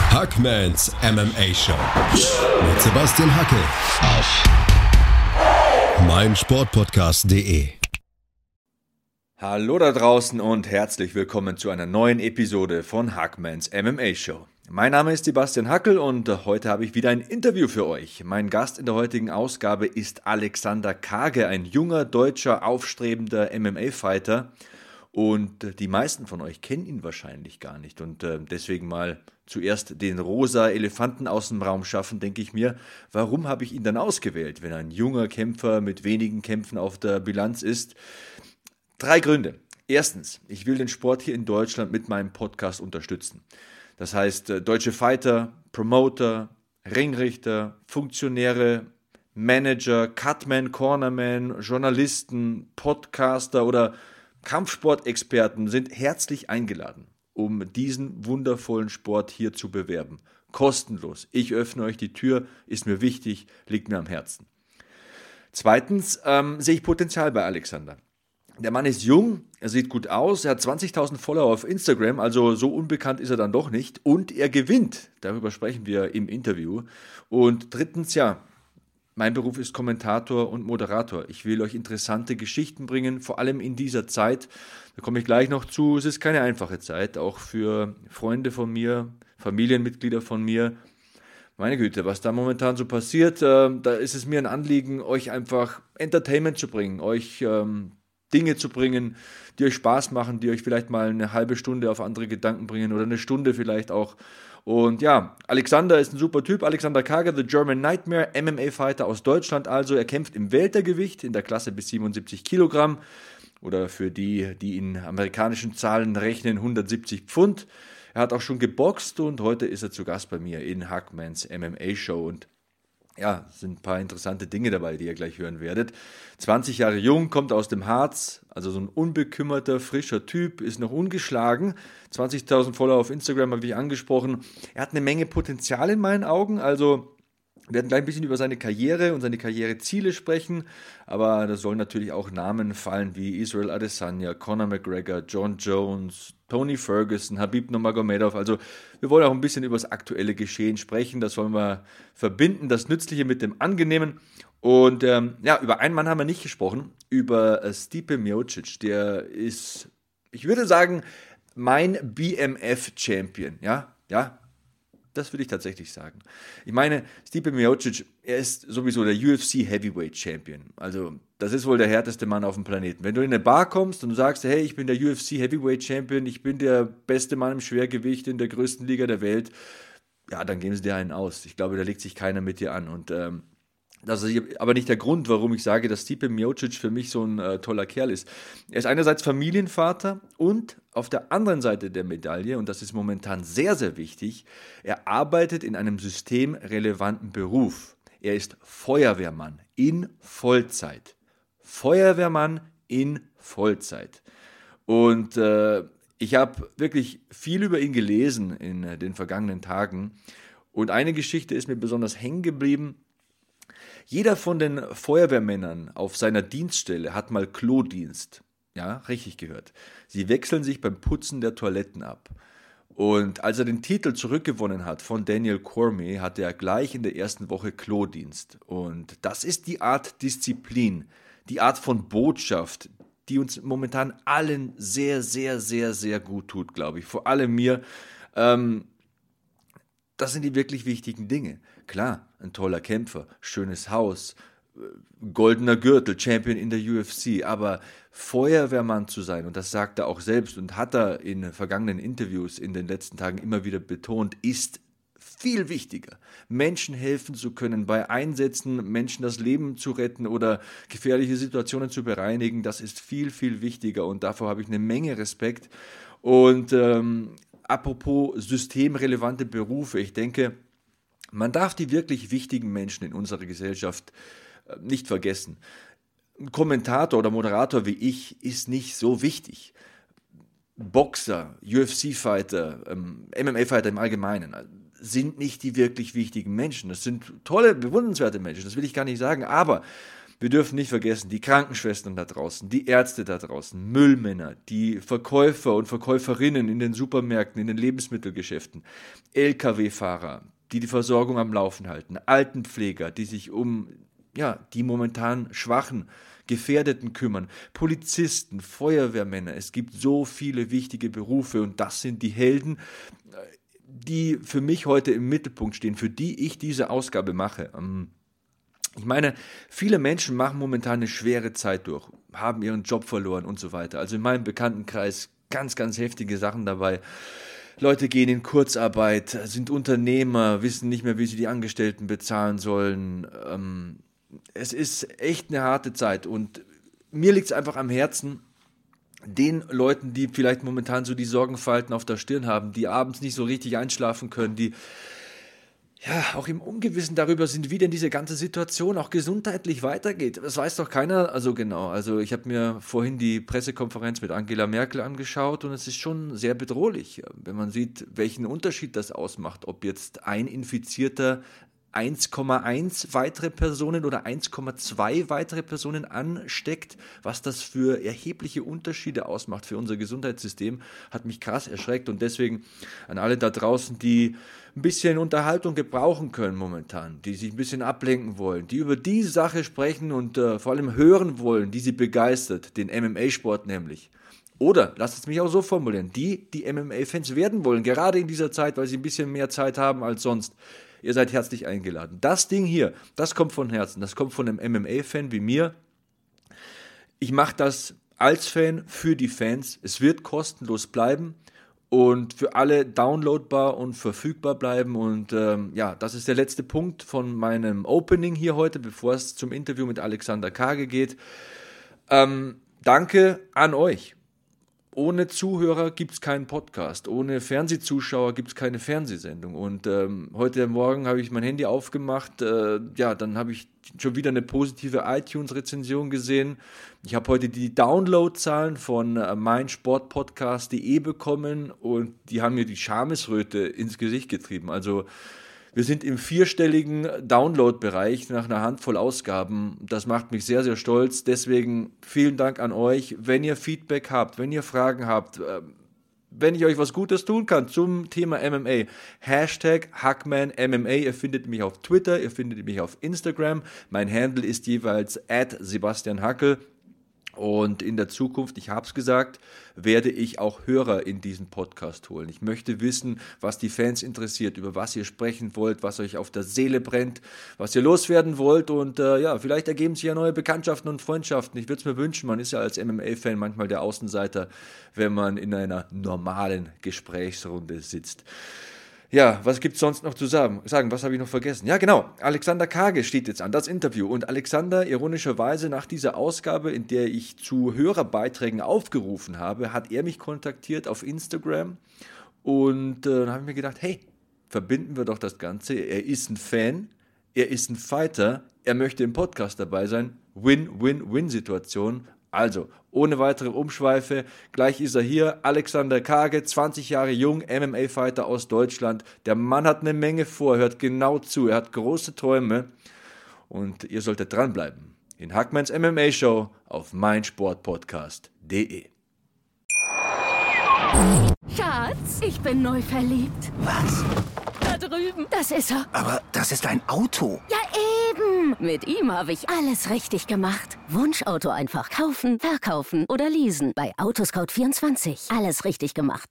Hackmans MMA Show mit Sebastian Hackel auf meinsportpodcast.de. Hallo da draußen und herzlich willkommen zu einer neuen Episode von Hackmans MMA Show. Mein Name ist Sebastian Hackel und heute habe ich wieder ein Interview für euch. Mein Gast in der heutigen Ausgabe ist Alexander Kage, ein junger, deutscher, aufstrebender MMA-Fighter. Und die meisten von euch kennen ihn wahrscheinlich gar nicht. Und deswegen mal zuerst den rosa Elefanten aus dem Raum schaffen, denke ich mir, warum habe ich ihn dann ausgewählt, wenn ein junger Kämpfer mit wenigen Kämpfen auf der Bilanz ist? 3 Gründe. Erstens, ich will den Sport hier in Deutschland mit meinem Podcast unterstützen. Das heißt, deutsche Fighter, Promoter, Ringrichter, Funktionäre, Manager, Cutman, Cornerman, Journalisten, Podcaster oder Kampfsportexperten sind herzlich eingeladen, um diesen wundervollen Sport hier zu bewerben. Kostenlos. Ich öffne euch die Tür, ist mir wichtig, liegt mir am Herzen. Zweitens sehe ich Potenzial bei Alexander. Der Mann ist jung, er sieht gut aus, er hat 20.000 Follower auf Instagram, also so unbekannt ist er dann doch nicht. Und er gewinnt, darüber sprechen wir im Interview. Und drittens, mein Beruf ist Kommentator und Moderator. Ich will euch interessante Geschichten bringen, vor allem in dieser Zeit. Da komme ich gleich noch zu. Es ist keine einfache Zeit, auch für Freunde von mir, Familienmitglieder von mir. Meine Güte, was da momentan so passiert, da ist es mir ein Anliegen, euch einfach Entertainment zu bringen, euch Dinge zu bringen, die euch Spaß machen, die euch vielleicht mal eine halbe Stunde auf andere Gedanken bringen oder eine Stunde vielleicht auch. Und ja, Alexander ist ein super Typ. Alexander Kage, The German Nightmare, MMA-Fighter aus Deutschland also. Er kämpft im Weltergewicht in der Klasse bis 77 Kilogramm oder für die, die in amerikanischen Zahlen rechnen, 170 Pfund. Er hat auch schon geboxt und heute ist er zu Gast bei mir in Hackmans MMA Show und ja, es sind ein paar interessante Dinge dabei, die ihr gleich hören werdet. 20 Jahre jung, kommt aus dem Harz, also so ein unbekümmerter, frischer Typ, ist noch ungeschlagen. 20.000 Follower auf Instagram habe ich angesprochen. Er hat eine Menge Potenzial in meinen Augen, also wir werden gleich ein bisschen über seine Karriere und seine Karriereziele sprechen, aber da sollen natürlich auch Namen fallen wie Israel Adesanya, Conor McGregor, John Jones, Tony Ferguson, Khabib Nurmagomedov. Also wir wollen auch ein bisschen über das aktuelle Geschehen sprechen, das wollen wir verbinden, das Nützliche mit dem Angenehmen. Und über einen Mann haben wir nicht gesprochen, über Stipe Miocic, der ist, ich würde sagen, mein BMF-Champion, ja. Das würde ich tatsächlich sagen. Ich meine, Stipe Miocic, er ist sowieso der UFC Heavyweight Champion. Also, das ist wohl der härteste Mann auf dem Planeten. Wenn du in eine Bar kommst und du sagst, hey, ich bin der UFC Heavyweight Champion, ich bin der beste Mann im Schwergewicht in der größten Liga der Welt, ja, dann geben sie dir einen aus. Ich glaube, da legt sich keiner mit dir an. Und das ist aber nicht der Grund, warum ich sage, dass Stipe Miocic für mich so ein toller Kerl ist. Er ist einerseits Familienvater und auf der anderen Seite der Medaille, und das ist momentan sehr, sehr wichtig, er arbeitet in einem systemrelevanten Beruf. Er ist Feuerwehrmann in Vollzeit. Feuerwehrmann in Vollzeit. Und ich habe wirklich viel über ihn gelesen in den vergangenen Tagen. Und eine Geschichte ist mir besonders hängen geblieben. Jeder von den Feuerwehrmännern auf seiner Dienststelle hat mal Klodienst. Ja, richtig gehört. Sie wechseln sich beim Putzen der Toiletten ab. Und als er den Titel zurückgewonnen hat von Daniel Cormier, hatte er gleich in der ersten Woche Klodienst. Und das ist die Art Disziplin, die Art von Botschaft, die uns momentan allen sehr, sehr, sehr, sehr gut tut, glaube ich. Vor allem mir. Das sind die wirklich wichtigen Dinge. Klar, ein toller Kämpfer, schönes Haus, goldener Gürtel, Champion in der UFC, aber Feuerwehrmann zu sein, und das sagt er auch selbst und hat er in vergangenen Interviews in den letzten Tagen immer wieder betont, ist viel wichtiger. Menschen helfen zu können bei Einsätzen, Menschen das Leben zu retten oder gefährliche Situationen zu bereinigen, das ist viel, viel wichtiger und davor habe ich eine Menge Respekt. Und apropos systemrelevante Berufe, ich denke, man darf die wirklich wichtigen Menschen in unserer Gesellschaft nicht vergessen. Ein Kommentator oder Moderator wie ich ist nicht so wichtig. Boxer, UFC-Fighter, MMA-Fighter im Allgemeinen sind nicht die wirklich wichtigen Menschen. Das sind tolle, bewundernswerte Menschen, das will ich gar nicht sagen, aber Wir dürfen nicht vergessen, die Krankenschwestern da draußen, die Ärzte da draußen, Müllmänner, die Verkäufer und Verkäuferinnen in den Supermärkten, in den Lebensmittelgeschäften, Lkw-Fahrer, die Versorgung am Laufen halten, Altenpfleger, die sich um die momentan Schwachen, Gefährdeten kümmern, Polizisten, Feuerwehrmänner. Es gibt so viele wichtige Berufe und das sind die Helden, die für mich heute im Mittelpunkt stehen, für die ich diese Ausgabe mache. Ich meine, viele Menschen machen momentan eine schwere Zeit durch, haben ihren Job verloren und so weiter. Also in meinem Bekanntenkreis ganz, ganz heftige Sachen dabei. Leute gehen in Kurzarbeit, sind Unternehmer, wissen nicht mehr, wie sie die Angestellten bezahlen sollen. Es ist echt eine harte Zeit und mir liegt es einfach am Herzen, den Leuten, die vielleicht momentan so die Sorgenfalten auf der Stirn haben, die abends nicht so richtig einschlafen können, die auch im Ungewissen darüber sind, wie denn diese ganze Situation auch gesundheitlich weitergeht. Das weiß doch keiner also genau. Also ich habe mir vorhin die Pressekonferenz mit Angela Merkel angeschaut und es ist schon sehr bedrohlich, wenn man sieht, welchen Unterschied das ausmacht, ob jetzt ein Infizierter 1,1 weitere Personen oder 1,2 weitere Personen ansteckt, was das für erhebliche Unterschiede ausmacht für unser Gesundheitssystem, hat mich krass erschreckt und deswegen an alle da draußen, die ein bisschen Unterhaltung gebrauchen können momentan, die sich ein bisschen ablenken wollen, die über die Sache sprechen und vor allem hören wollen, die sie begeistert, den MMA-Sport nämlich. Oder, lasst es mich auch so formulieren, die MMA-Fans werden wollen, gerade in dieser Zeit, weil sie ein bisschen mehr Zeit haben als sonst. Ihr seid herzlich eingeladen. Das Ding hier, das kommt von Herzen, das kommt von einem MMA-Fan wie mir. Ich mache das als Fan für die Fans. Es wird kostenlos bleiben und für alle downloadbar und verfügbar bleiben. Und das ist der letzte Punkt von meinem Opening hier heute, bevor es zum Interview mit Alexander Kage geht. Danke an euch. Ohne Zuhörer gibt es keinen Podcast, ohne Fernsehzuschauer gibt es keine Fernsehsendung. Und heute Morgen habe ich mein Handy aufgemacht, dann habe ich schon wieder eine positive iTunes-Rezension gesehen. Ich habe heute die Downloadzahlen von meinsportpodcast.de bekommen und die haben mir die Schamesröte ins Gesicht getrieben. Also wir sind im 4-stelligen Download-Bereich nach einer Handvoll Ausgaben. Das macht mich sehr, sehr stolz. Deswegen vielen Dank an euch. Wenn ihr Feedback habt, wenn ihr Fragen habt, wenn ich euch was Gutes tun kann zum Thema MMA, #HackmanMMA. Ihr findet mich auf Twitter, ihr findet mich auf Instagram. Mein Handle ist jeweils @SebastianHackel. Und in der Zukunft, ich habe es gesagt, werde ich auch Hörer in diesen Podcast holen. Ich möchte wissen, was die Fans interessiert, über was ihr sprechen wollt, was euch auf der Seele brennt, was ihr loswerden wollt. Und vielleicht ergeben sich ja neue Bekanntschaften und Freundschaften. Ich würde es mir wünschen, man ist ja als MMA-Fan manchmal der Außenseiter, wenn man in einer normalen Gesprächsrunde sitzt. Ja, was gibt es sonst noch zu sagen? Was habe ich noch vergessen? Ja, genau, Alexander Kage steht jetzt an, das Interview. Und Alexander, ironischerweise nach dieser Ausgabe, in der ich zu Hörerbeiträgen aufgerufen habe, hat er mich kontaktiert auf Instagram. Und dann habe ich mir gedacht, hey, verbinden wir doch das Ganze. Er ist ein Fan, er ist ein Fighter, er möchte im Podcast dabei sein. Win-Win-Win-Situation. Also, ohne weitere Umschweife, gleich ist er hier, Alexander Kage, 20 Jahre jung, MMA-Fighter aus Deutschland. Der Mann hat eine Menge vor, hört genau zu, er hat große Träume und ihr solltet dranbleiben. In Hackmans MMA-Show auf meinsportpodcast.de. Schatz, ich bin neu verliebt. Was? Da drüben. Das ist er. Aber das ist ein Auto. Ja, eben. Mit ihm habe ich alles richtig gemacht. Wunschauto einfach kaufen, verkaufen oder leasen. Bei Autoscout24. Alles richtig gemacht.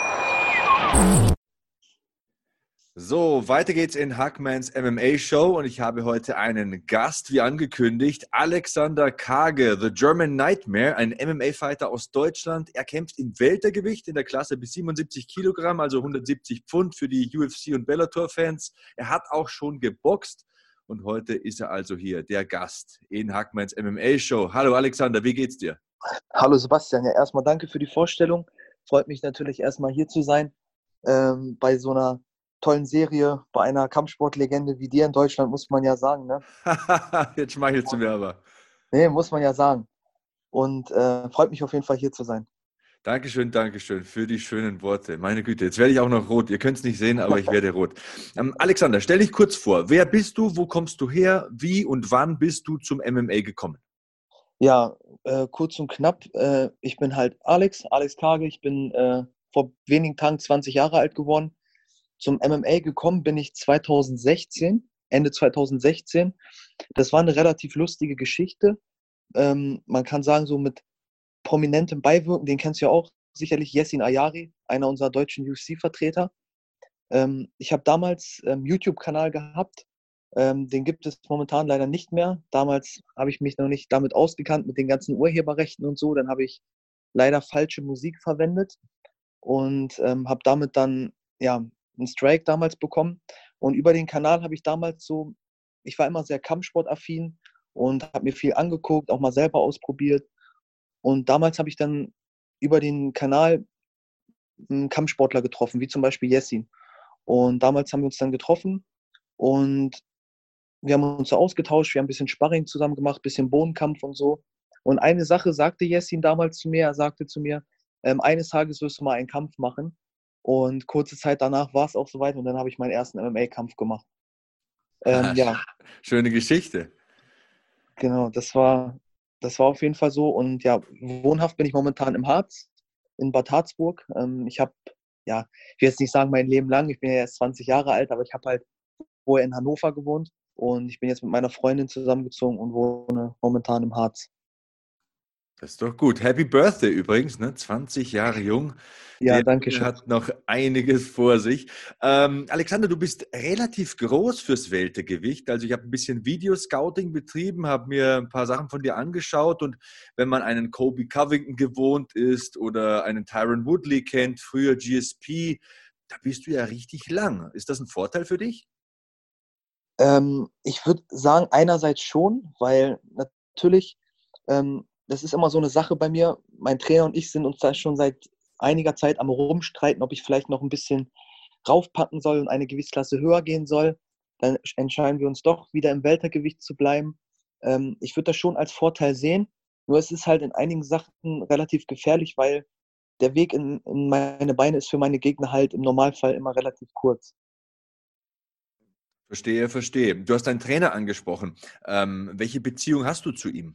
So, weiter geht's in Hackmans MMA-Show und ich habe heute einen Gast, wie angekündigt, Alexander Kage, The German Nightmare, ein MMA-Fighter aus Deutschland. Er kämpft im Weltergewicht in der Klasse bis 77 Kilogramm, also 170 Pfund für die UFC- und Bellator-Fans. Er hat auch schon geboxt und heute ist er also hier, der Gast in Hackmans MMA-Show. Hallo Alexander, wie geht's dir? Hallo Sebastian, ja erstmal danke für die Vorstellung. Freut mich natürlich erstmal hier zu sein, bei so einer tollen Serie, bei einer Kampfsportlegende wie dir in Deutschland, muss man ja sagen. Ne? Jetzt schmeichelst du mir aber. Nee, muss man ja sagen. Und freut mich auf jeden Fall hier zu sein. Dankeschön, Dankeschön für die schönen Worte. Meine Güte, jetzt werde ich auch noch rot. Ihr könnt es nicht sehen, aber ich werde rot. Alexander, stell dich kurz vor. Wer bist du? Wo kommst du her? Wie und wann bist du zum MMA gekommen? Ja, kurz und knapp, ich bin halt Alex Kage. Ich bin vor wenigen Tagen 20 Jahre alt geworden. Zum MMA gekommen bin ich 2016, Ende 2016. Das war eine relativ lustige Geschichte. Man kann sagen, so mit prominentem Beiwirken, den kennst du ja auch sicherlich, Yassin Ayari, einer unserer deutschen UFC-Vertreter. Ich habe damals einen YouTube-Kanal gehabt, den gibt es momentan leider nicht mehr. Damals habe ich mich noch nicht damit ausgekannt mit den ganzen Urheberrechten und so. Dann habe ich leider falsche Musik verwendet und habe damit dann ja einen Strike damals bekommen. Und über den Kanal habe ich damals so, ich war immer sehr kampfsportaffin und habe mir viel angeguckt, auch mal selber ausprobiert. Und damals habe ich dann über den Kanal einen Kampfsportler getroffen, wie zum Beispiel Yassin. Und damals haben wir uns dann getroffen und wir haben uns so ausgetauscht, wir haben ein bisschen Sparring zusammen gemacht, ein bisschen Bodenkampf und so. Und eine Sache sagte Yassin damals zu mir, er sagte zu mir, eines Tages wirst du mal einen Kampf machen. Und kurze Zeit danach war es auch soweit und dann habe ich meinen ersten MMA-Kampf gemacht. Ja, Schöne Geschichte. genau, das war auf jeden Fall so. Und ja, wohnhaft bin ich momentan im Harz, in Bad Harzburg. Ich habe, ja, ich will jetzt nicht sagen mein Leben lang, ich bin ja erst 20 Jahre alt, aber ich habe halt vorher in Hannover gewohnt und ich bin jetzt mit meiner Freundin zusammengezogen und wohne momentan im Harz. Das ist doch gut. Happy Birthday übrigens, ne? 20 Jahre jung. Ja, Der danke Junge schön. hat noch einiges vor sich. Alexander, du bist relativ groß fürs Weltergewicht. Also ich habe ein bisschen Videoscouting betrieben, habe mir ein paar Sachen von dir angeschaut und wenn man einen Colby Covington gewohnt ist oder einen Tyron Woodley kennt, früher GSP, da bist du ja richtig lang. Ist das ein Vorteil für dich? Ich würde sagen, einerseits schon, weil natürlich, das ist immer so eine Sache bei mir. Mein Trainer und ich sind uns da schon seit einiger Zeit am Rumstreiten, ob ich vielleicht noch ein bisschen raufpacken soll und eine Gewichtsklasse höher gehen soll. Dann entscheiden wir uns doch, wieder im Weltergewicht zu bleiben. Ich würde das schon als Vorteil sehen. Nur es ist halt in einigen Sachen relativ gefährlich, weil der Weg in meine Beine ist für meine Gegner halt im Normalfall immer relativ kurz. Verstehe, verstehe. Du hast deinen Trainer angesprochen. Welche Beziehung hast du zu ihm?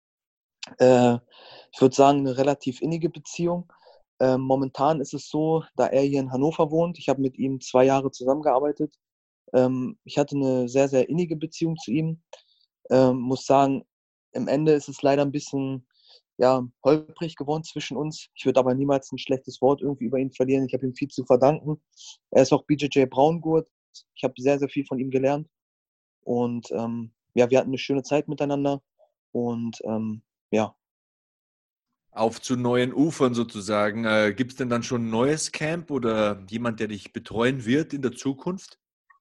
Äh, Ich würde sagen, eine relativ innige Beziehung. Momentan ist es so, da er hier in Hannover wohnt, ich habe mit ihm 2 Jahre zusammengearbeitet. Ich hatte eine sehr, sehr innige Beziehung zu ihm. Muss sagen, im Ende ist es leider ein bisschen ja, holprig geworden zwischen uns. Ich würde aber niemals ein schlechtes Wort irgendwie über ihn verlieren. Ich habe ihm viel zu verdanken. Er ist auch BJJ Braungurt. Ich habe sehr, sehr viel von ihm gelernt. Und ja, wir hatten eine schöne Zeit miteinander. Und ja, Auf zu neuen Ufern sozusagen. Gibt es denn dann schon ein neues Camp oder jemand, der dich betreuen wird in der Zukunft?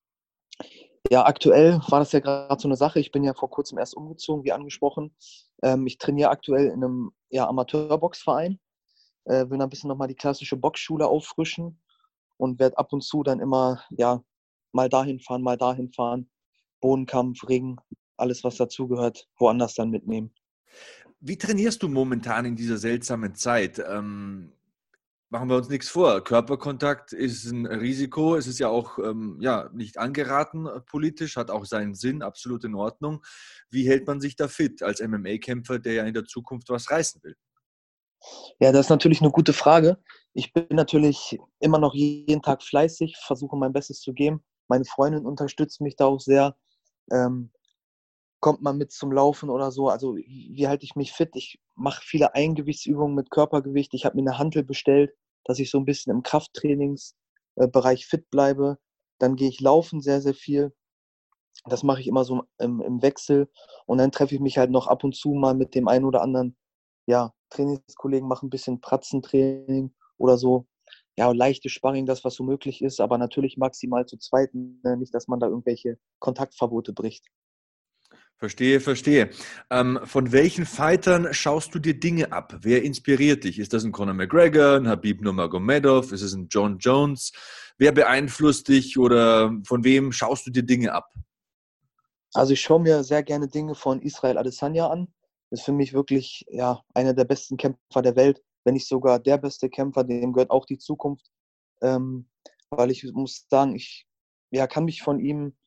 Ja, aktuell war das ja gerade so eine Sache. Ich bin ja vor kurzem erst umgezogen, wie angesprochen. Ich trainiere aktuell in einem ja, Amateurboxverein, will ein bisschen nochmal die klassische Boxschule auffrischen und werde ab und zu dann immer ja, mal dahin fahren. Bodenkampf, Ring, alles, was dazugehört, woanders dann mitnehmen. Wie trainierst du momentan in dieser seltsamen Zeit? Machen wir uns nichts vor. Körperkontakt ist ein Risiko. Es ist ja auch ja, nicht angeraten politisch, hat auch seinen Sinn, absolut in Ordnung. Wie hält man sich da fit als MMA-Kämpfer, der ja in der Zukunft was reißen will? Ja, das ist natürlich eine gute Frage. Ich bin natürlich immer noch jeden Tag fleißig, versuche mein Bestes zu geben. Meine Freundin unterstützt mich da auch sehr. Ähm, Kommt man mit zum Laufen oder so? Also wie halte ich mich fit? Ich mache viele Eigengewichtsübungen mit Körpergewicht. Ich habe mir eine Hantel bestellt, dass ich so ein bisschen im Krafttrainingsbereich fit bleibe. Dann gehe ich laufen sehr, sehr viel. Das mache ich immer so im Wechsel. Und dann treffe ich mich halt noch ab und zu mal mit dem einen oder anderen ja, Trainingskollegen, mache ein bisschen Pratzentraining oder so. Ja, leichte Sparring, das, was so möglich ist, aber natürlich maximal zu zweit, ne? Nicht, dass man da irgendwelche Kontaktverbote bricht. Verstehe, verstehe. Von welchen Fightern schaust du dir Dinge ab? Wer inspiriert dich? Ist das ein Conor McGregor, ein Habib Nurmagomedov? Ist es ein John Jones? Wer beeinflusst dich oder von wem schaust du dir Dinge ab? Also ich schaue mir sehr gerne Dinge von Israel Adesanya an. Ist für mich wirklich ja, einer der besten Kämpfer der Welt. wenn nicht sogar der beste Kämpfer, dem gehört auch die Zukunft. Weil ich muss sagen, ich kann mich von ihm,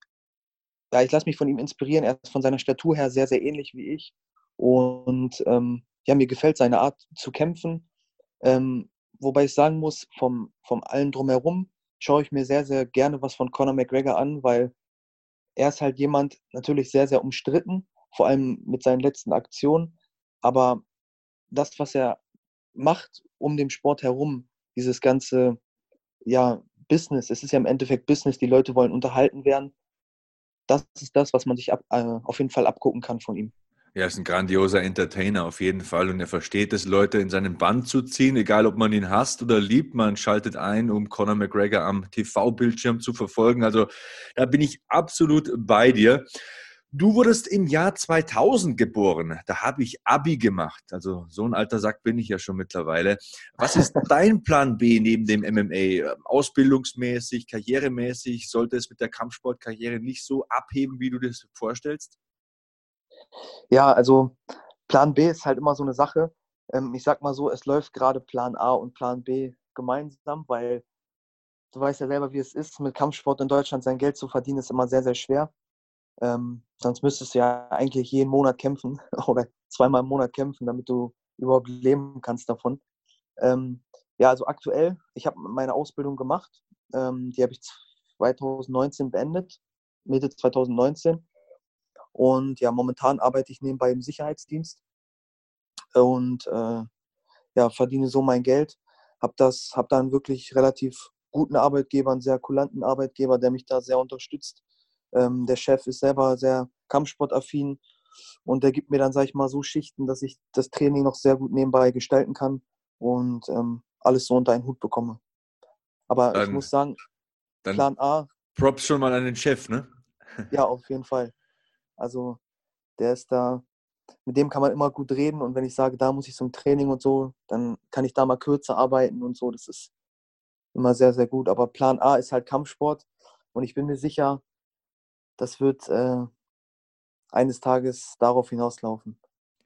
ich lasse mich von ihm inspirieren. Er ist von seiner Statur her sehr, sehr ähnlich wie ich. Und mir gefällt seine Art zu kämpfen. Wobei ich sagen muss, vom allem drumherum schaue ich mir sehr, sehr gerne was von Conor McGregor an, weil er ist halt jemand, natürlich sehr, sehr umstritten, vor allem mit seinen letzten Aktionen. Aber das, was er macht um den Sport herum, dieses ganze Business, es ist ja im Endeffekt Business, die Leute wollen unterhalten werden. Das ist das, was man sich auf jeden Fall abgucken kann von ihm. Er ist ein grandioser Entertainer auf jeden Fall und er versteht es, Leute in seinen Bann zu ziehen, egal ob man ihn hasst oder liebt. Man schaltet ein, um Conor McGregor am TV-Bildschirm zu verfolgen. Also da bin ich absolut bei dir. Du wurdest im Jahr 2000 geboren. Da habe ich Abi gemacht. Also so ein alter Sack bin ich ja schon mittlerweile. Was ist dein Plan B neben dem MMA? Ausbildungsmäßig, karrieremäßig? Sollte es mit der Kampfsportkarriere nicht so abheben, wie du dir das vorstellst? Ja, also Plan B ist halt immer so eine Sache. Ich sag mal so, es läuft gerade Plan A und Plan B gemeinsam, weil du weißt ja selber, wie es ist, mit Kampfsport in Deutschland sein Geld zu verdienen, ist immer sehr, sehr schwer. Sonst müsstest du ja eigentlich jeden Monat kämpfen oder zweimal im Monat kämpfen, damit du überhaupt leben kannst davon. Also aktuell, ich habe meine Ausbildung gemacht. Die habe ich 2019 beendet, Mitte 2019. Und ja, momentan arbeite ich nebenbei im Sicherheitsdienst und verdiene so mein Geld. Habe da einen wirklich relativ guten Arbeitgeber, einen sehr kulanten Arbeitgeber, der mich da sehr unterstützt. Der Chef ist selber sehr kampfsportaffin und der gibt mir dann, sage ich mal, so Schichten, dass ich das Training noch sehr gut nebenbei gestalten kann und alles so unter einen Hut bekomme. Aber ich muss sagen, Dann Plan A, Props schon mal an den Chef, ne? ja, auf jeden Fall. Also der ist da, mit dem kann man immer gut reden und wenn ich sage, da muss ich zum Training und so, dann kann ich da mal kürzer arbeiten und so. Das ist immer sehr, sehr gut. Aber Plan A ist halt Kampfsport und ich bin mir sicher, das wird eines Tages darauf hinauslaufen.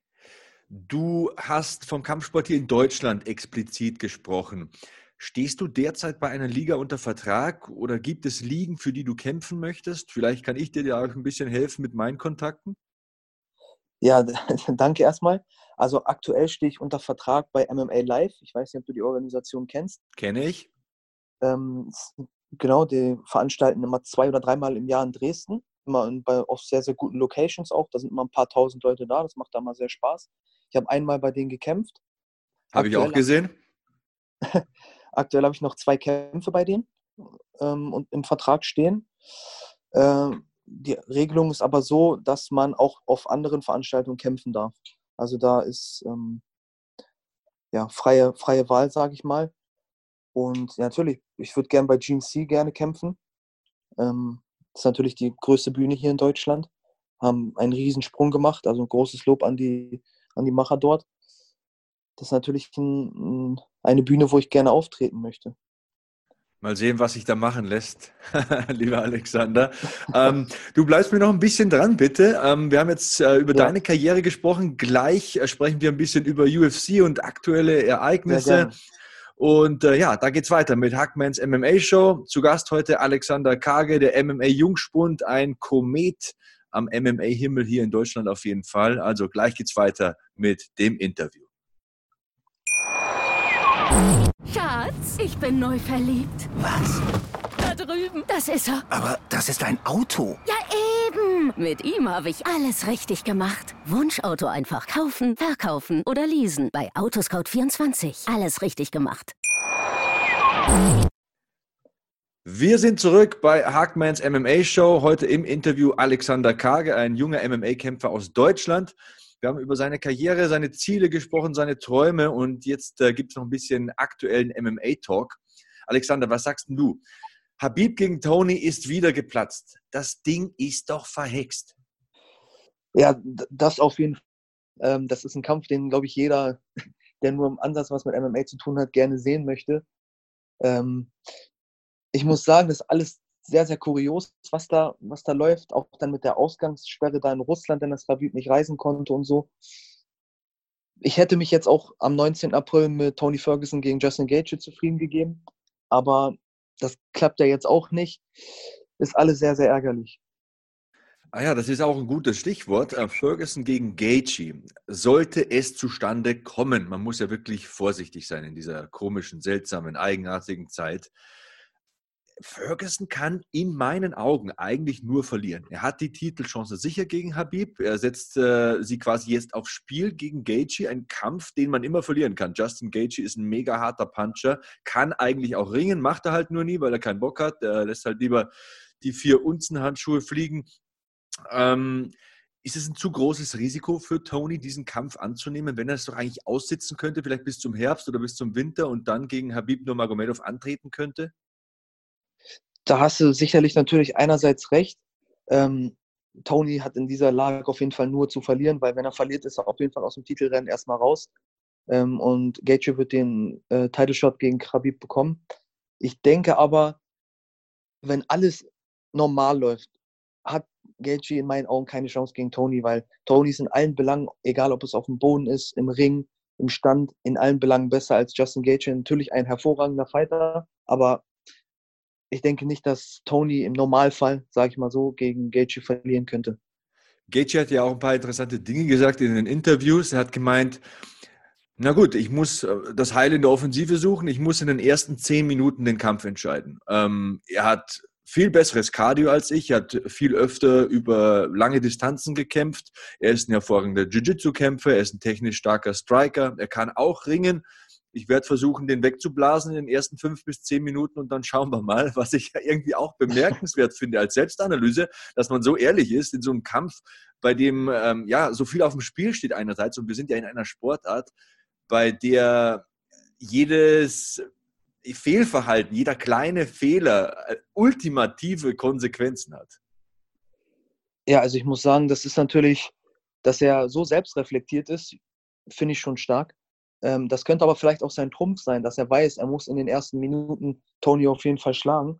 Du hast vom Kampfsport hier in Deutschland explizit gesprochen. Stehst du derzeit bei einer Liga unter Vertrag oder gibt es Ligen, für die du kämpfen möchtest? Vielleicht kann ich dir ja auch ein bisschen helfen mit meinen Kontakten. Ja, danke erstmal. Also aktuell stehe ich unter Vertrag bei MMA Live. Ich weiß nicht, ob du die Organisation kennst. Kenne ich. Genau, die veranstalten immer 2- oder 3-mal im Jahr in Dresden. Immer auf sehr, sehr guten Locations auch. Da sind immer ein paar tausend Leute da. Das macht da mal sehr Spaß. Ich habe einmal bei denen gekämpft. Habe ich auch gesehen. Aktuell habe ich noch 2 Kämpfe bei denen und im Vertrag stehen. Die Regelung ist aber so, dass man auch auf anderen Veranstaltungen kämpfen darf. Also da ist freie Wahl, sage ich mal. Und ja, natürlich, ich würde gerne bei GNC gerne kämpfen. Das ist natürlich die größte Bühne hier in Deutschland. Haben einen Riesensprung gemacht, also ein großes Lob an die Macher dort. Das ist natürlich eine Bühne, wo ich gerne auftreten möchte. Mal sehen, was sich da machen lässt, lieber Alexander. Du bleibst mir noch ein bisschen dran, bitte. Wir haben jetzt über deine Karriere gesprochen. Gleich sprechen wir ein bisschen über UFC und aktuelle Ereignisse. Und da geht's weiter mit Hackmans MMA-Show. Zu Gast heute Alexander Karge, der MMA-Jungspund, ein Komet am MMA-Himmel hier in Deutschland auf jeden Fall. Also gleich geht's weiter mit dem Interview. Schatz, ich bin neu verliebt. Was? Da drüben. Das ist er. Aber das ist ein Auto. Ja, eben. Mit ihm habe ich alles richtig gemacht. Wunschauto einfach kaufen, verkaufen oder leasen. Bei Autoscout24. Alles richtig gemacht. Wir sind zurück bei Hackmans MMA-Show. Heute im Interview Alexander Karge, ein junger MMA-Kämpfer aus Deutschland. Wir haben über seine Karriere, seine Ziele gesprochen, seine Träume und jetzt gibt es noch ein bisschen aktuellen MMA-Talk. Alexander, was sagst du? Khabib gegen Tony ist wieder geplatzt. Das Ding ist doch verhext. Ja, das auf jeden Fall. Das ist ein Kampf, den, glaube ich, jeder, der nur im Ansatz was mit MMA zu tun hat, gerne sehen möchte. Ich muss sagen, das ist alles sehr, sehr kurios, was da läuft. Auch dann mit der Ausgangssperre da in Russland, denn das Khabib nicht reisen konnte und so. Ich hätte mich jetzt auch am 19. April mit Tony Ferguson gegen Justin Gaethje zufrieden gegeben, aber das klappt ja jetzt auch nicht. Ist alles sehr, sehr ärgerlich. Ah ja, das ist auch ein gutes Stichwort. Ferguson gegen Gaethje. Sollte es zustande kommen, man muss ja wirklich vorsichtig sein in dieser komischen, seltsamen, eigenartigen Zeit. Ferguson kann in meinen Augen eigentlich nur verlieren. Er hat die Titelchance sicher gegen Khabib. Er setzt sie quasi jetzt aufs Spiel gegen Gaethje. Ein Kampf, den man immer verlieren kann. Justin Gaethje ist ein mega harter Puncher, kann eigentlich auch ringen, macht er halt nur nie, weil er keinen Bock hat. Er lässt halt lieber die 4-Unzen-Handschuhe fliegen. Ist es ein zu großes Risiko für Tony, diesen Kampf anzunehmen, wenn er es doch eigentlich aussitzen könnte, vielleicht bis zum Herbst oder bis zum Winter und dann gegen Khabib Nurmagomedov antreten könnte? Da hast du sicherlich natürlich einerseits recht. Tony hat in dieser Lage auf jeden Fall nur zu verlieren, weil wenn er verliert, ist er auf jeden Fall aus dem Titelrennen erstmal raus. Und Gaethje wird den Title Shot gegen Khabib bekommen. Ich denke aber, wenn alles normal läuft, hat Gaethje in meinen Augen keine Chance gegen Tony, weil Tony ist in allen Belangen, egal ob es auf dem Boden ist, im Ring, im Stand, in allen Belangen besser als Justin Gaethje. Natürlich ein hervorragender Fighter, aber ich denke nicht, dass Tony im Normalfall, sage ich mal so, gegen Gaethje verlieren könnte. Gaethje hat ja auch ein paar interessante Dinge gesagt in den Interviews. Er hat gemeint, na gut, ich muss das Heil in der Offensive suchen, ich muss in den ersten 10 Minuten den Kampf entscheiden. Er hat viel besseres Cardio als ich, er hat viel öfter über lange Distanzen gekämpft. Er ist ein hervorragender Jiu-Jitsu-Kämpfer, er ist ein technisch starker Striker, er kann auch ringen. Ich werde versuchen, den wegzublasen in den ersten 5 bis 10 Minuten und dann schauen wir mal, was ich irgendwie auch bemerkenswert finde als Selbstanalyse, dass man so ehrlich ist in so einem Kampf, bei dem so viel auf dem Spiel steht einerseits und wir sind ja in einer Sportart, bei der jedes Fehlverhalten, jeder kleine Fehler ultimative Konsequenzen hat. Ja, also ich muss sagen, das ist natürlich, dass er so selbstreflektiert ist, finde ich schon stark. Das könnte aber vielleicht auch sein Trumpf sein, dass er weiß, er muss in den ersten Minuten Tony auf jeden Fall schlagen.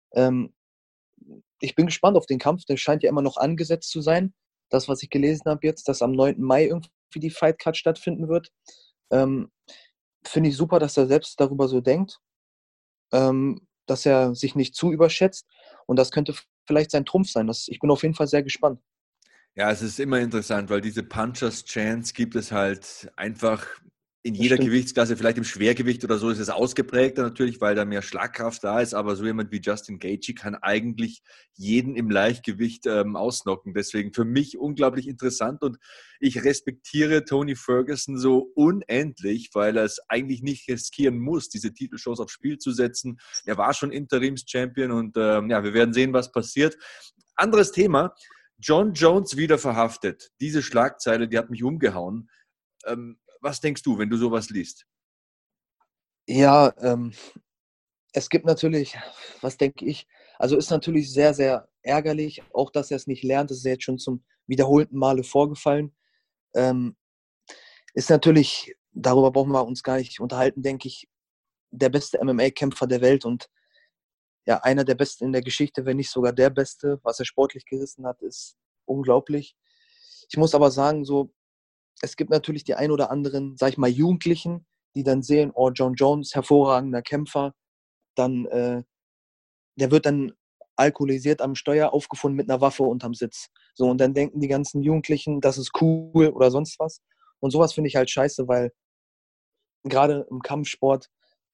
Ich bin gespannt auf den Kampf, der scheint ja immer noch angesetzt zu sein. Das, was ich gelesen habe jetzt, dass am 9. Mai irgendwie die Fight Card stattfinden wird. Finde ich super, dass er selbst darüber so denkt, dass er sich nicht zu überschätzt. Und das könnte vielleicht sein Trumpf sein. Ich bin auf jeden Fall sehr gespannt. Ja, es ist immer interessant, weil diese Punchers Chance gibt es halt einfach in jeder Gewichtsklasse, vielleicht im Schwergewicht oder so ist es ausgeprägter natürlich, weil da mehr Schlagkraft da ist, aber so jemand wie Justin Gaethje kann eigentlich jeden im Leichtgewicht ausnocken. Deswegen für mich unglaublich interessant und ich respektiere Tony Ferguson so unendlich, weil er es eigentlich nicht riskieren muss, diese Titelchance aufs Spiel zu setzen. Er war schon Interims-Champion und wir werden sehen, was passiert. Anderes Thema, Jon Jones wieder verhaftet. Diese Schlagzeile, die hat mich umgehauen. Was denkst du, wenn du sowas liest? Ja, es gibt natürlich, was denke ich, also ist natürlich sehr, sehr ärgerlich, auch dass er es nicht lernt, das ist jetzt schon zum wiederholten Male vorgefallen. Ist natürlich, darüber brauchen wir uns gar nicht unterhalten, denke ich, der beste MMA-Kämpfer der Welt und ja, einer der Besten in der Geschichte, wenn nicht sogar der Beste, was er sportlich gerissen hat, ist unglaublich. Ich muss aber sagen, so, es gibt natürlich die ein oder anderen, sag ich mal, Jugendlichen, die dann sehen, oh, Jon Jones, hervorragender Kämpfer, dann, der wird dann alkoholisiert am Steuer aufgefunden mit einer Waffe unterm Sitz. So, und dann denken die ganzen Jugendlichen, das ist cool oder sonst was. Und sowas finde ich halt scheiße, weil gerade im Kampfsport,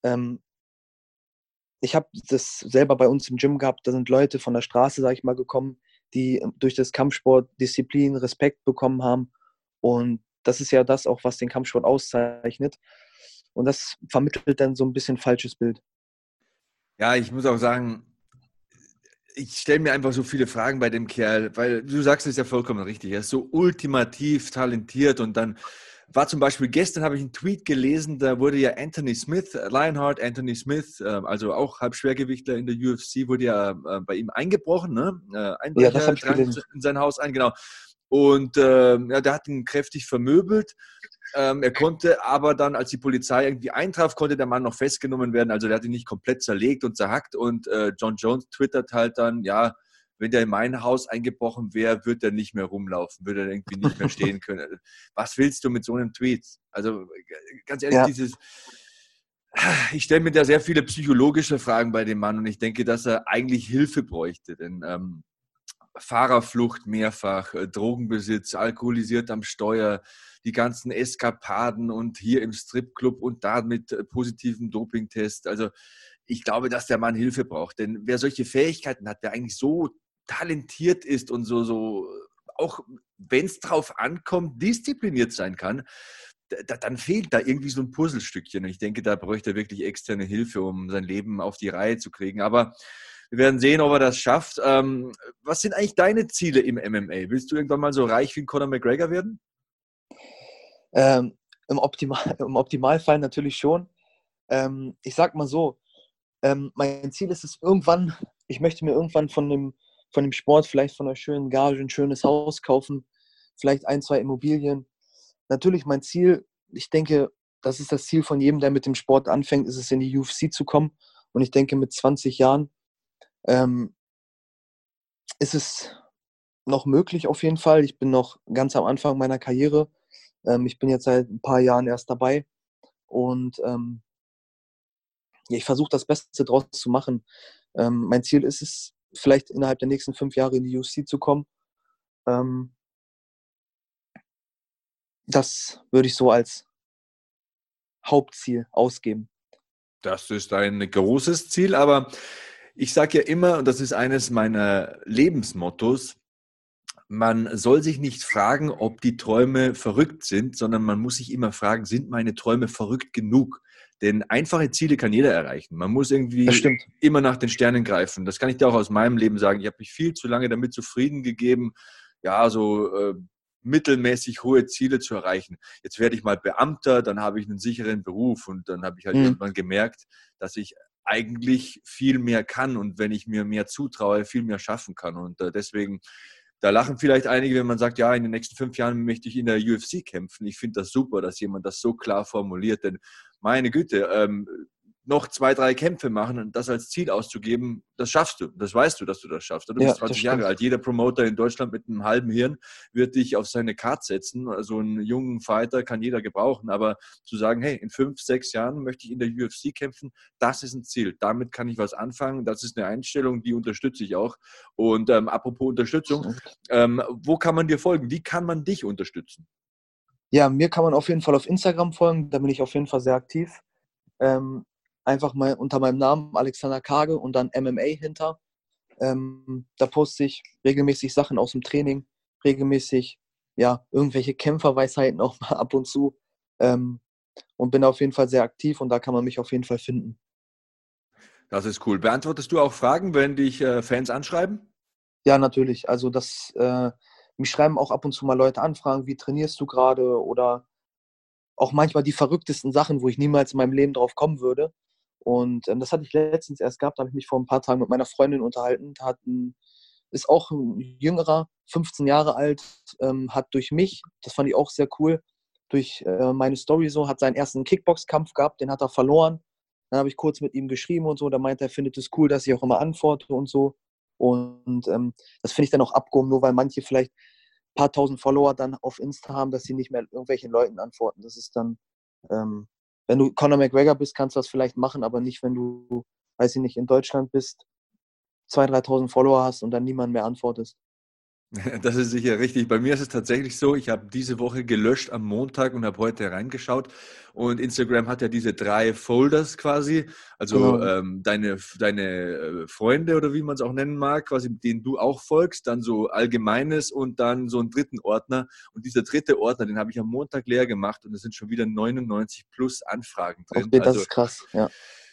ich habe das selber bei uns im Gym gehabt, da sind Leute von der Straße, sag ich mal, gekommen, die durch das Kampfsport Disziplin, Respekt bekommen haben. Und das ist ja das auch, was den Kampfsport auszeichnet. Und das vermittelt dann so ein bisschen falsches Bild. Ja, ich muss auch sagen, ich stelle mir einfach so viele Fragen bei dem Kerl, weil du sagst es ja vollkommen richtig, er ist so ultimativ talentiert und dann war zum Beispiel, gestern habe ich einen Tweet gelesen, da wurde ja Anthony Smith, Lionheart Anthony Smith, also auch Halbschwergewichtler in der UFC, wurde ja bei ihm eingebrochen, ne? Ja, das habe ich drang gelesen. in sein Haus ein, genau. Und der hat ihn kräftig vermöbelt. Er konnte aber dann, als die Polizei irgendwie eintraf, konnte der Mann noch festgenommen werden. Also der hat ihn nicht komplett zerlegt und zerhackt. Und Jon Jones twittert halt dann, ja, wenn der in mein Haus eingebrochen wäre, würde er nicht mehr rumlaufen, würde er irgendwie nicht mehr stehen können. Was willst du mit so einem Tweet? Also ganz ehrlich, Ja. Ich stelle mir da sehr viele psychologische Fragen bei dem Mann und ich denke, dass er eigentlich Hilfe bräuchte, denn Fahrerflucht mehrfach, Drogenbesitz, alkoholisiert am Steuer, die ganzen Eskapaden und hier im Stripclub und da mit positiven Dopingtest. Also ich glaube, dass der Mann Hilfe braucht, denn wer solche Fähigkeiten hat, wer eigentlich so talentiert ist und so auch wenn es drauf ankommt, diszipliniert sein kann, dann fehlt da irgendwie so ein Puzzlestückchen. Und ich denke, da bräuchte er wirklich externe Hilfe, um sein Leben auf die Reihe zu kriegen. Aber wir werden sehen, ob er das schafft. Was sind eigentlich deine Ziele im MMA? Willst du irgendwann mal so reich wie Conor McGregor werden? Im Optimalfall natürlich schon. Ich sag mal so, mein Ziel ist es irgendwann, ich möchte mir irgendwann von dem Sport vielleicht von einer schönen Gage ein schönes Haus kaufen, vielleicht 1, 2 Immobilien. Natürlich mein Ziel, ich denke, das ist das Ziel von jedem, der mit dem Sport anfängt, ist es in die UFC zu kommen. Und ich denke, mit 20 Jahren ist es noch möglich auf jeden Fall. Ich bin noch ganz am Anfang meiner Karriere. Ich bin jetzt seit ein paar Jahren erst dabei. Und ich versuche das Beste draus zu machen. Mein Ziel ist es, vielleicht innerhalb der nächsten 5 Jahre in die UFC zu kommen. Das würde ich so als Hauptziel ausgeben. Das ist ein großes Ziel, aber ich sage ja immer, und das ist eines meiner Lebensmottos, man soll sich nicht fragen, ob die Träume verrückt sind, sondern man muss sich immer fragen, sind meine Träume verrückt genug? Denn einfache Ziele kann jeder erreichen. Man muss irgendwie immer nach den Sternen greifen. Das kann ich dir auch aus meinem Leben sagen. Ich habe mich viel zu lange damit zufrieden gegeben, ja, so mittelmäßig hohe Ziele zu erreichen. Jetzt werde ich mal Beamter, dann habe ich einen sicheren Beruf und dann habe ich halt irgendwann gemerkt, dass ich eigentlich viel mehr kann und wenn ich mir mehr zutraue, viel mehr schaffen kann. Und deswegen, da lachen vielleicht einige, wenn man sagt, ja, in den nächsten 5 Jahren möchte ich in der UFC kämpfen. Ich finde das super, dass jemand das so klar formuliert, denn meine Güte, noch 2, 3 Kämpfe machen und das als Ziel auszugeben, das schaffst du. Das weißt du, dass du das schaffst. Du bist 20 Jahre alt. Jeder Promoter in Deutschland mit einem halben Hirn wird dich auf seine Card setzen. Also einen jungen Fighter kann jeder gebrauchen. Aber zu sagen, hey, in 5, 6 Jahren möchte ich in der UFC kämpfen, das ist ein Ziel. Damit kann ich was anfangen. Das ist eine Einstellung, die unterstütze ich auch. Und apropos Unterstützung, wo kann man dir folgen? Wie kann man dich unterstützen? Ja, mir kann man auf jeden Fall auf Instagram folgen. Da bin ich auf jeden Fall sehr aktiv. Einfach mal unter meinem Namen Alexander Kage und dann MMA hinter. Da poste ich regelmäßig Sachen aus dem Training, regelmäßig irgendwelche Kämpferweisheiten auch mal ab und zu und bin auf jeden Fall sehr aktiv und da kann man mich auf jeden Fall finden. Das ist cool. Beantwortest du auch Fragen, wenn dich Fans anschreiben? Ja, natürlich. Also mich schreiben auch ab und zu mal Leute an, fragen, wie trainierst du gerade oder auch manchmal die verrücktesten Sachen, wo ich niemals in meinem Leben drauf kommen würde. Und das hatte ich letztens erst gehabt, da habe ich mich vor ein paar Tagen mit meiner Freundin unterhalten. Ist auch ein jüngerer, 15 Jahre alt, hat durch mich, das fand ich auch sehr cool, durch meine Story so, hat seinen ersten Kickbox-Kampf gehabt, den hat er verloren. Dann habe ich kurz mit ihm geschrieben und so, da meinte er, findet es cool, dass ich auch immer antworte und so. Und das finde ich dann auch abgehoben, nur weil manche vielleicht ein paar tausend Follower dann auf Insta haben, dass sie nicht mehr irgendwelchen Leuten antworten. Das ist dann, wenn du Conor McGregor bist, kannst du das vielleicht machen, aber nicht, wenn du, weiß ich nicht, in Deutschland bist, 2.000, 3.000 Follower hast und dann niemand mehr antwortest. Das ist sicher richtig. Bei mir ist es tatsächlich so, ich habe diese Woche gelöscht am Montag und habe heute reingeschaut. Und Instagram hat ja diese 3 Folders quasi. Also deine Freunde oder wie man es auch nennen mag, quasi denen du auch folgst, dann so Allgemeines und dann so einen dritten Ordner. Und dieser dritte Ordner, den habe ich am Montag leer gemacht und es sind schon wieder 99 plus Anfragen drin. Okay, das ist krass, ja.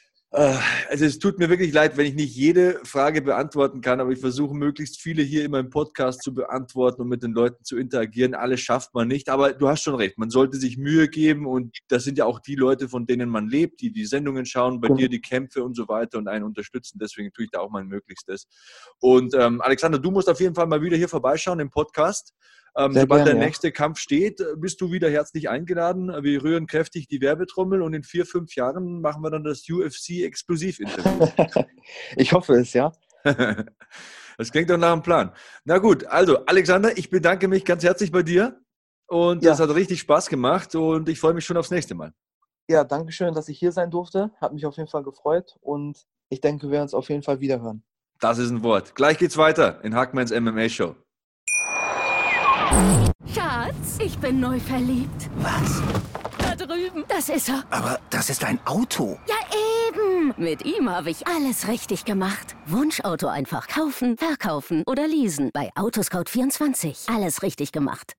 Also es tut mir wirklich leid, wenn ich nicht jede Frage beantworten kann, aber ich versuche möglichst viele hier in meinem Podcast zu beantworten und mit den Leuten zu interagieren. Alles schafft man nicht, aber du hast schon recht, man sollte sich Mühe geben und das sind ja auch die Leute, von denen man lebt, die die Sendungen schauen, bei dir die Kämpfe und so weiter und einen unterstützen. Deswegen tue ich da auch mein Möglichstes. Und Alexander, du musst auf jeden Fall mal wieder hier vorbeischauen im Podcast. Sobald der nächste Kampf steht, bist du wieder herzlich eingeladen. Wir rühren kräftig die Werbetrommel und in 4, 5 Jahren machen wir dann das UFC-Exklusiv-Interview. Ich hoffe es, ja. Das klingt doch nach einem Plan. Na gut, also Alexander, ich bedanke mich ganz herzlich bei dir und Ja. das hat richtig Spaß gemacht und ich freue mich schon aufs nächste Mal. Ja, danke schön, dass ich hier sein durfte. Hat mich auf jeden Fall gefreut und ich denke, wir werden uns auf jeden Fall wiederhören. Das ist ein Wort. Gleich geht's weiter in Hackmans MMA Show. Schatz, ich bin neu verliebt. Was? Da drüben. Das ist er. Aber das ist ein Auto. Ja, eben. Mit ihm habe ich alles richtig gemacht. Wunschauto einfach kaufen, verkaufen oder leasen. Bei Autoscout24. Alles richtig gemacht.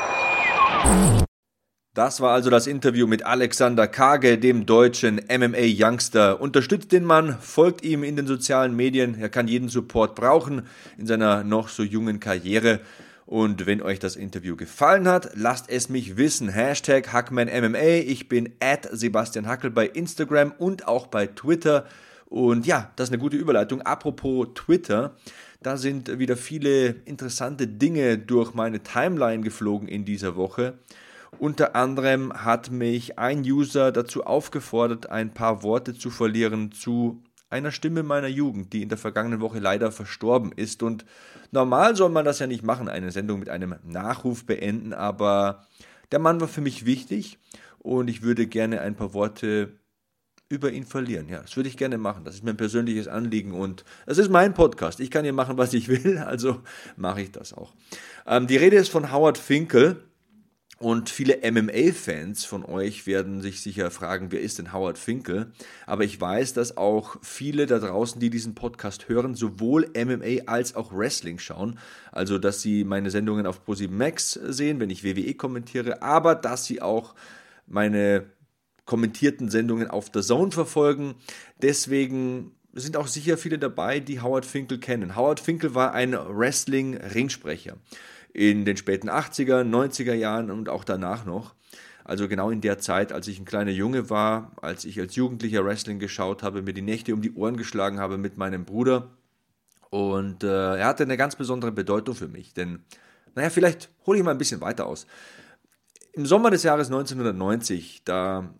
Das war also das Interview mit Alexander Kage, dem deutschen MMA-Youngster. Unterstützt den Mann, folgt ihm in den sozialen Medien. Er kann jeden Support brauchen in seiner noch so jungen Karriere. Und wenn euch das Interview gefallen hat, lasst es mich wissen. Hashtag HackmanMMA. Ich bin @SebastianHackel bei Instagram und auch bei Twitter. Und ja, das ist eine gute Überleitung. Apropos Twitter, da sind wieder viele interessante Dinge durch meine Timeline geflogen in dieser Woche. Unter anderem hat mich ein User dazu aufgefordert, ein paar Worte zu verlieren zu einer Stimme meiner Jugend, die in der vergangenen Woche leider verstorben ist. Und normal soll man das ja nicht machen, eine Sendung mit einem Nachruf beenden, aber der Mann war für mich wichtig und ich würde gerne ein paar Worte über ihn verlieren. Ja, das würde ich gerne machen. Das ist mein persönliches Anliegen und es ist mein Podcast. Ich kann hier machen, was ich will, also mache ich das auch. Die Rede ist von Howard Finkel. Und viele MMA-Fans von euch werden sich sicher fragen, wer ist denn Howard Finkel? Aber ich weiß, dass auch viele da draußen, die diesen Podcast hören, sowohl MMA als auch Wrestling schauen. Also, dass sie meine Sendungen auf ProSieben Max sehen, wenn ich WWE kommentiere, aber dass sie auch meine kommentierten Sendungen auf DAZN verfolgen. Deswegen sind auch sicher viele dabei, die Howard Finkel kennen. Howard Finkel war ein Wrestling-Ringsprecher. In den späten 80er, 90er Jahren und auch danach noch. Also genau in der Zeit, als ich ein kleiner Junge war, als ich als Jugendlicher Wrestling geschaut habe, mir die Nächte um die Ohren geschlagen habe mit meinem Bruder. Und er hatte eine ganz besondere Bedeutung für mich, denn, vielleicht hole ich mal ein bisschen weiter aus. Im Sommer des Jahres 1990, da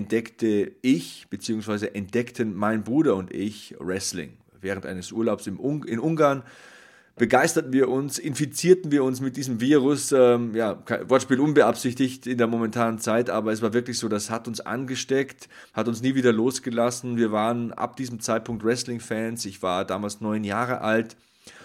entdeckten mein Bruder und ich Wrestling. Während eines Urlaubs in Ungarn begeisterten wir uns, infizierten wir uns mit diesem Virus, Wortspiel unbeabsichtigt in der momentanen Zeit, aber es war wirklich so, das hat uns angesteckt, hat uns nie wieder losgelassen. Wir waren ab diesem Zeitpunkt Wrestling-Fans, ich war damals 9 Jahre alt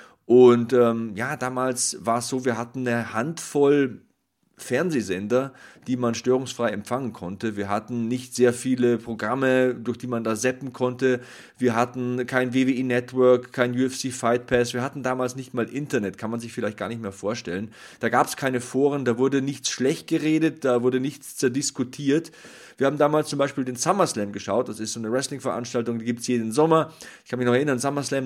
und damals war es so, wir hatten eine Handvoll Fernsehsender, die man störungsfrei empfangen konnte. Wir hatten nicht sehr viele Programme, durch die man da zappen konnte. Wir hatten kein WWE Network, kein UFC Fight Pass. Wir hatten damals nicht mal Internet, kann man sich vielleicht gar nicht mehr vorstellen. Da gab es keine Foren, da wurde nichts schlecht geredet, da wurde nichts zerdiskutiert. Wir haben damals zum Beispiel den SummerSlam geschaut. Das ist so eine Wrestling-Veranstaltung, die gibt es jeden Sommer. Ich kann mich noch erinnern, SummerSlam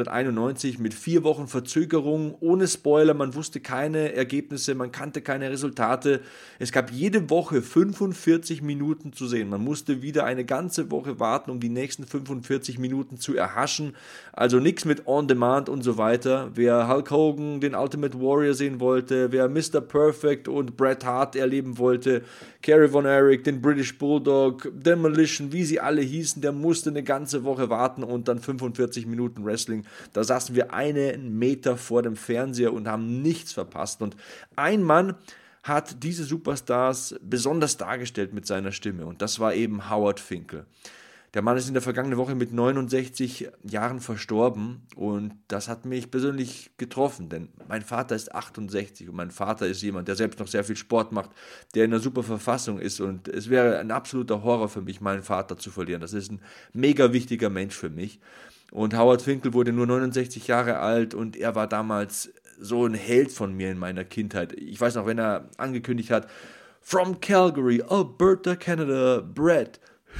1991 mit 4 Wochen Verzögerung, ohne Spoiler. Man wusste keine Ergebnisse, man kannte keine Resultate. Es gab jede Woche 45 Minuten zu sehen. Man musste wieder eine ganze Woche warten, um die nächsten 45 Minuten zu erhaschen. Also nichts mit On Demand und so weiter. Wer Hulk Hogan, den Ultimate Warrior sehen wollte, wer Mr. Perfect und Bret Hart erleben wollte, Kerry Von Erich, den British Bulldog, Demolition, wie sie alle hießen, der musste eine ganze Woche warten und dann 45 Minuten Wrestling. Da saßen wir einen Meter vor dem Fernseher und haben nichts verpasst. Und ein Mann hat diese Superstars besonders dargestellt mit seiner Stimme und das war eben Howard Finkel. Der Mann ist in der vergangenen Woche mit 69 Jahren verstorben und das hat mich persönlich getroffen, denn mein Vater ist 68 und mein Vater ist jemand, der selbst noch sehr viel Sport macht, der in einer super Verfassung ist und es wäre ein absoluter Horror für mich, meinen Vater zu verlieren. Das ist ein mega wichtiger Mensch für mich und Howard Finkel wurde nur 69 Jahre alt und er war damals so ein Held von mir in meiner Kindheit. Ich weiß noch, wenn er angekündigt hat, From Calgary, Alberta, Canada, Bret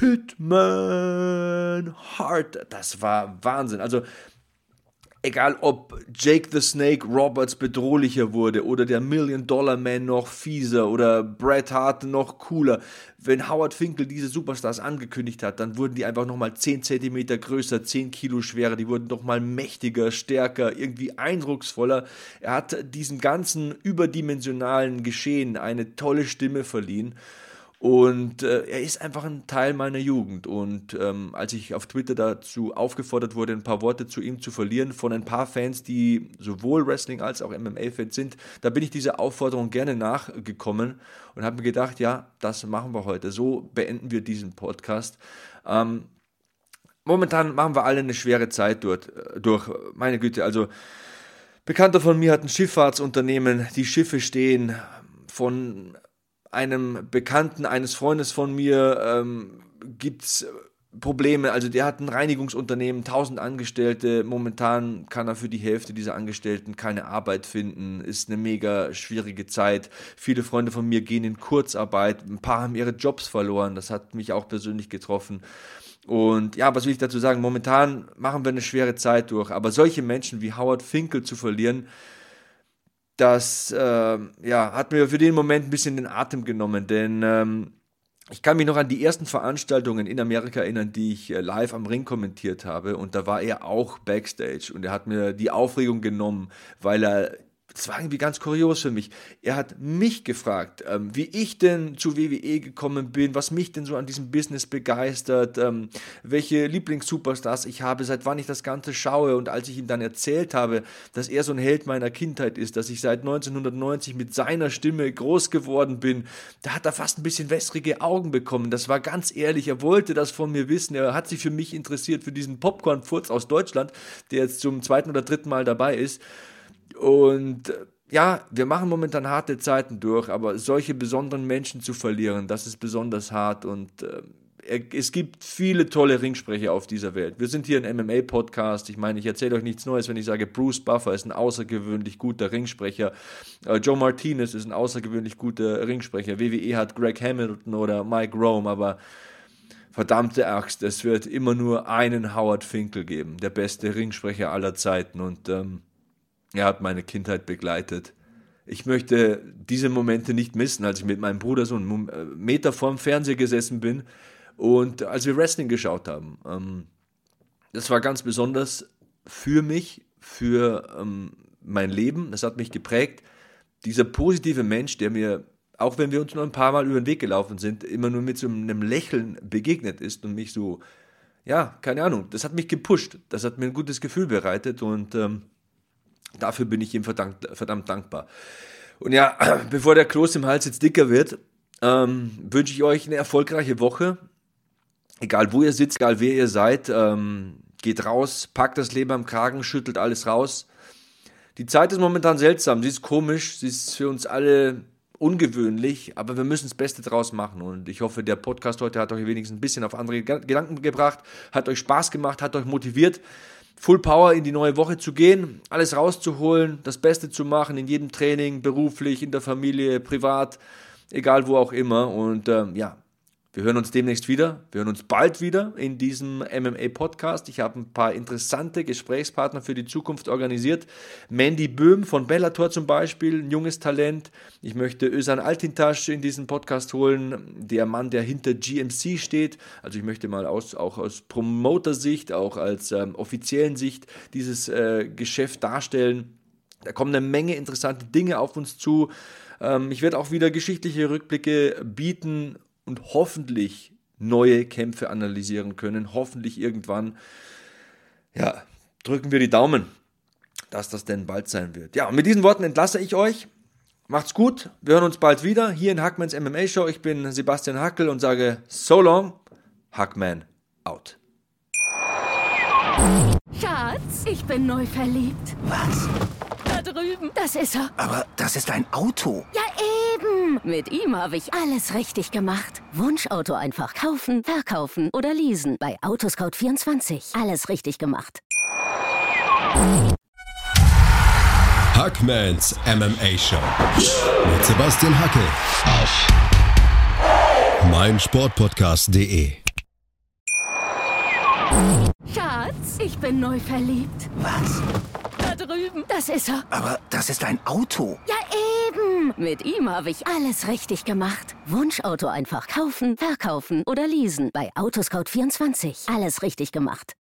Hitman Hart, das war Wahnsinn. Also egal ob Jake the Snake Roberts bedrohlicher wurde oder der Million-Dollar-Man noch fieser oder Bret Hart noch cooler, wenn Howard Finkel diese Superstars angekündigt hat, dann wurden die einfach nochmal 10 Zentimeter größer, 10 Kilo schwerer, die wurden nochmal mächtiger, stärker, irgendwie eindrucksvoller. Er hat diesem ganzen überdimensionalen Geschehen eine tolle Stimme verliehen. Und er ist einfach ein Teil meiner Jugend. Und als ich auf Twitter dazu aufgefordert wurde, ein paar Worte zu ihm zu verlieren, von ein paar Fans, die sowohl Wrestling als auch MMA-Fans sind, da bin ich dieser Aufforderung gerne nachgekommen und habe mir gedacht, ja, das machen wir heute. So beenden wir diesen Podcast. Momentan machen wir alle eine schwere Zeit durch. Meine Güte, also Bekannter von mir hat ein Schifffahrtsunternehmen, die Schiffe stehen. Von einem Bekannten eines Freundes von mir gibt es Probleme, also der hat ein Reinigungsunternehmen, 1000 Angestellte, momentan kann er für die Hälfte dieser Angestellten keine Arbeit finden, ist eine mega schwierige Zeit, viele Freunde von mir gehen in Kurzarbeit, ein paar haben ihre Jobs verloren, das hat mich auch persönlich getroffen. Und ja, was will ich dazu sagen, momentan machen wir eine schwere Zeit durch, aber solche Menschen wie Howard Finkel zu verlieren, das hat mir für den Moment ein bisschen den Atem genommen, denn ich kann mich noch an die ersten Veranstaltungen in Amerika erinnern, die ich live am Ring kommentiert habe, und da war er auch Backstage und er hat mir die Aufregung genommen, weil das war irgendwie ganz kurios für mich. Er hat mich gefragt, wie ich denn zu WWE gekommen bin, was mich denn so an diesem Business begeistert, welche Lieblings-Superstars ich habe, seit wann ich das Ganze schaue. Und als ich ihm dann erzählt habe, dass er so ein Held meiner Kindheit ist, dass ich seit 1990 mit seiner Stimme groß geworden bin, da hat er fast ein bisschen wässrige Augen bekommen. Das war ganz ehrlich, er wollte das von mir wissen. Er hat sich für mich interessiert, für diesen Popcorn-Furz aus Deutschland, der jetzt zum 2. oder 3. Mal dabei ist. Und ja, wir machen momentan harte Zeiten durch, aber solche besonderen Menschen zu verlieren, das ist besonders hart, und es gibt viele tolle Ringsprecher auf dieser Welt. Wir sind hier ein MMA-Podcast, ich meine, ich erzähle euch nichts Neues, wenn ich sage, Bruce Buffer ist ein außergewöhnlich guter Ringsprecher, Joe Martinez ist ein außergewöhnlich guter Ringsprecher, WWE hat Greg Hamilton oder Mike Rome, aber verdammte Axt, es wird immer nur einen Howard Finkel geben, der beste Ringsprecher aller Zeiten, und er hat meine Kindheit begleitet. Ich möchte diese Momente nicht missen, als ich mit meinem Bruder so einen Meter vorm Fernseher gesessen bin und als wir Wrestling geschaut haben. Das war ganz besonders für mich, für mein Leben. Das hat mich geprägt. Dieser positive Mensch, der mir, auch wenn wir uns nur ein paar Mal über den Weg gelaufen sind, immer nur mit so einem Lächeln begegnet ist und mich so, ja, keine Ahnung, das hat mich gepusht. Das hat mir ein gutes Gefühl bereitet, und dafür bin ich ihm verdammt dankbar. Und ja, bevor der Kloß im Hals jetzt dicker wird, wünsche ich euch eine erfolgreiche Woche. Egal wo ihr sitzt, egal wer ihr seid, geht raus, packt das Leben am Kragen, schüttelt alles raus. Die Zeit ist momentan seltsam, sie ist komisch, sie ist für uns alle ungewöhnlich, aber wir müssen das Beste draus machen, und ich hoffe, der Podcast heute hat euch wenigstens ein bisschen auf andere Gedanken gebracht, hat euch Spaß gemacht, hat euch motiviert, Full Power in die neue Woche zu gehen, alles rauszuholen, das Beste zu machen in jedem Training, beruflich, in der Familie, privat, egal wo auch immer. Und wir hören uns demnächst wieder. Wir hören uns bald wieder in diesem MMA-Podcast. Ich habe ein paar interessante Gesprächspartner für die Zukunft organisiert. Mandy Böhm von Bellator zum Beispiel, ein junges Talent. Ich möchte Özcan Altintaş in diesen Podcast holen, der Mann, der hinter GMC steht. Also ich möchte mal auch aus Promoter-Sicht, auch als offiziellen Sicht dieses Geschäft darstellen. Da kommen eine Menge interessante Dinge auf uns zu. Ich werde auch wieder geschichtliche Rückblicke bieten und hoffentlich neue Kämpfe analysieren können. Hoffentlich irgendwann, ja, drücken wir die Daumen, dass das denn bald sein wird. Ja, und mit diesen Worten entlasse ich euch. Macht's gut, wir hören uns bald wieder hier in Hackmans MMA Show. Ich bin Sebastian Hackel und sage so long, Hackman out. Schatz, ich bin neu verliebt. Was? Da drüben. Das ist er. Aber das ist ein Auto. Ja, eben. Mit ihm habe ich alles richtig gemacht. Wunschauto einfach kaufen, verkaufen oder leasen. Bei Autoscout24. Alles richtig gemacht. Hackmans MMA Show mit Sebastian Hackel auf meinsportpodcast.de. Schatz, ich bin neu verliebt. Was? Da drüben. Das ist er. Aber das ist ein Auto. Ja, eben. Mit ihm habe ich alles richtig gemacht. Wunschauto einfach kaufen, verkaufen oder leasen. Bei Autoscout24. Alles richtig gemacht.